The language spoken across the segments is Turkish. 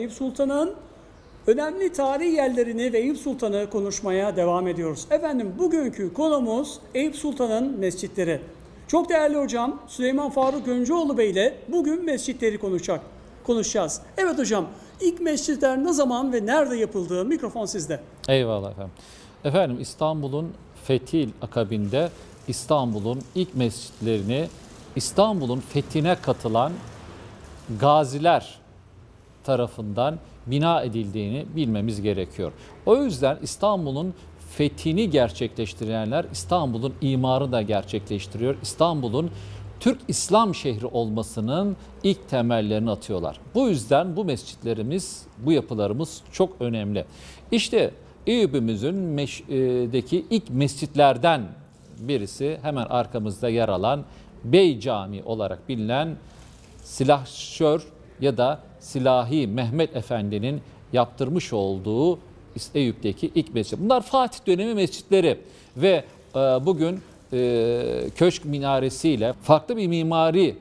Eyüp Sultan'ın önemli tarihi yerlerini ve Eyüp Sultan'ı konuşmaya devam ediyoruz. Efendim bugünkü konumuz Eyüp Sultan'ın mescitleri. Çok değerli hocam Süleyman Faruk Öncüoğlu Bey ile bugün mescitleri konuşacağız. Evet hocam, ilk mescitler ne zaman ve nerede yapıldı? Mikrofon sizde. Eyvallah efendim. Efendim İstanbul'un fethi akabinde İstanbul'un ilk mescitlerini İstanbul'un fethine katılan gaziler tarafından bina edildiğini bilmemiz gerekiyor. O yüzden İstanbul'un fethini gerçekleştirenler İstanbul'un imarını da gerçekleştiriyor. İstanbul'un Türk İslam şehri olmasının ilk temellerini atıyorlar. Bu yüzden bu mescitlerimiz, bu yapılarımız çok önemli. İşte Eyüp'ümüzün deki ilk mescitlerden birisi hemen arkamızda yer alan Bey Camii olarak bilinen silahşör ya da Silahi Mehmet Efendi'nin yaptırmış olduğu Eyüp'teki ilk mescit. Bunlar Fatih dönemi mescitleri ve bugün köşk minaresiyle farklı bir mimari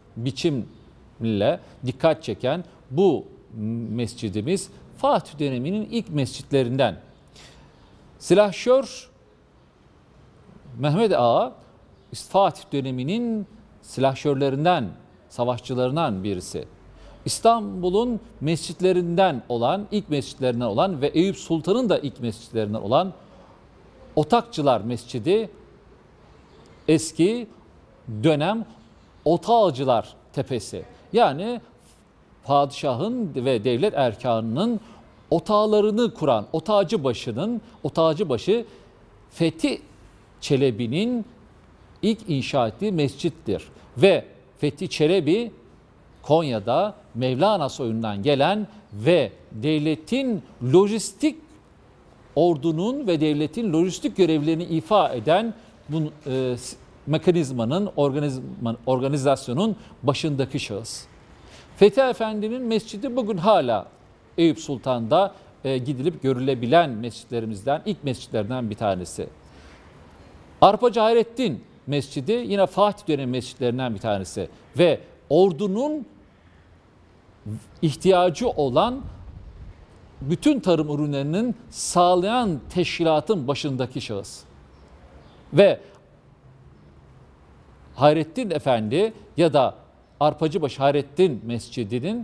biçimle dikkat çeken bu mescidimiz Fatih döneminin ilk mescitlerinden. Silahşör Mehmet Ağa Fatih döneminin silahşörlerinden, savaşçılarından birisi. İstanbul'un mescitlerinden olan, ilk mescitlerinden olan ve Eyüp Sultan'ın da ilk mescitlerinden olan Otakçılar Mescidi, eski dönem Otağcılar Tepesi. Yani padişahın ve devlet erkanının otağlarını kuran Otağcıbaşı Fethi Çelebi'nin ilk inşa ettiği mescittir. Ve Fethi Çelebi Konya'da Mevlana soyundan gelen ve devletin lojistik ordunun ve devletin lojistik görevlerini ifa eden bu mekanizmanın, organizasyonun başındaki şahıs. Fethi Efendi'nin mescidi bugün hala Eyüp Sultan'da gidilip görülebilen mescitlerimizden, ilk mescitlerden bir tanesi. Arpacı Hayrettin Mescidi yine Fatih dönemi mescitlerinden bir tanesi ve ordunun ihtiyacı olan bütün tarım ürünlerinin sağlayan teşkilatın başındaki şahıs. Ve Hayrettin Efendi ya da Arpacıbaşı Hayrettin Mescidi'nin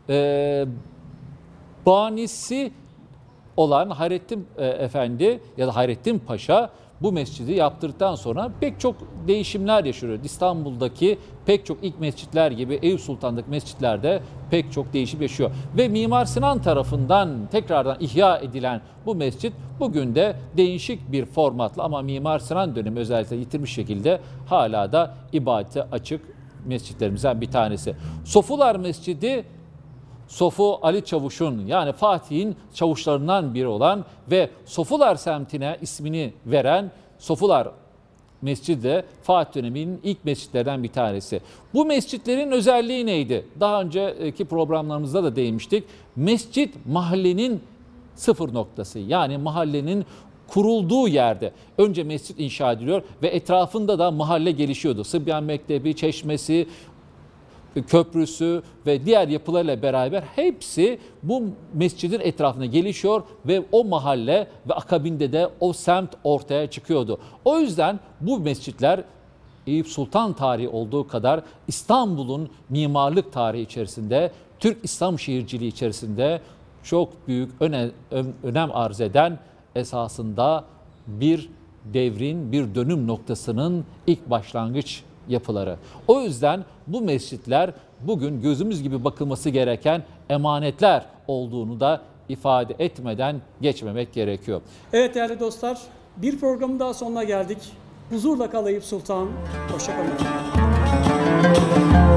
banisi olan Hayrettin Efendi ya da Hayrettin Paşa bu mescidi yaptırdıktan sonra pek çok değişimler yaşıyor. İstanbul'daki pek çok ilk mescitler gibi Eyüp Sultan'daki mescitlerde pek çok değişim yaşıyor. Ve Mimar Sinan tarafından tekrardan ihya edilen bu mescit bugün de değişik bir formatla ama Mimar Sinan dönemi özellikle yitirmiş şekilde hala da ibadete açık mescitlerimizden bir tanesi. Sofular Mescidi, Sofu Ali Çavuş'un yani Fatih'in çavuşlarından biri olan ve Sofular semtine ismini veren Sofular Mescidi de Fatih döneminin ilk mescitlerden bir tanesi. Bu mescitlerin özelliği neydi? Daha önceki programlarımızda da değinmiştik. Mescit mahallenin sıfır noktası, yani mahallenin kurulduğu yerde önce mescit inşa ediliyor ve etrafında da mahalle gelişiyordu. Sıbyan Mektebi, çeşmesi, köprüsü ve diğer yapılarla beraber hepsi bu mescidin etrafına gelişiyor ve o mahalle ve akabinde de o semt ortaya çıkıyordu. O yüzden bu mescitler Eyüp Sultan tarihi olduğu kadar İstanbul'un mimarlık tarihi içerisinde, Türk İslam şehirciliği içerisinde çok büyük önem arz eden esasında bir devrin, bir dönüm noktasının ilk başlangıç yapıları. O yüzden bu mescitler bugün gözümüz gibi bakılması gereken emanetler olduğunu da ifade etmeden geçmemek gerekiyor. Evet değerli dostlar, bir programın daha sonuna geldik. Huzurla kal Eyüp Sultan. Hoşça kalın.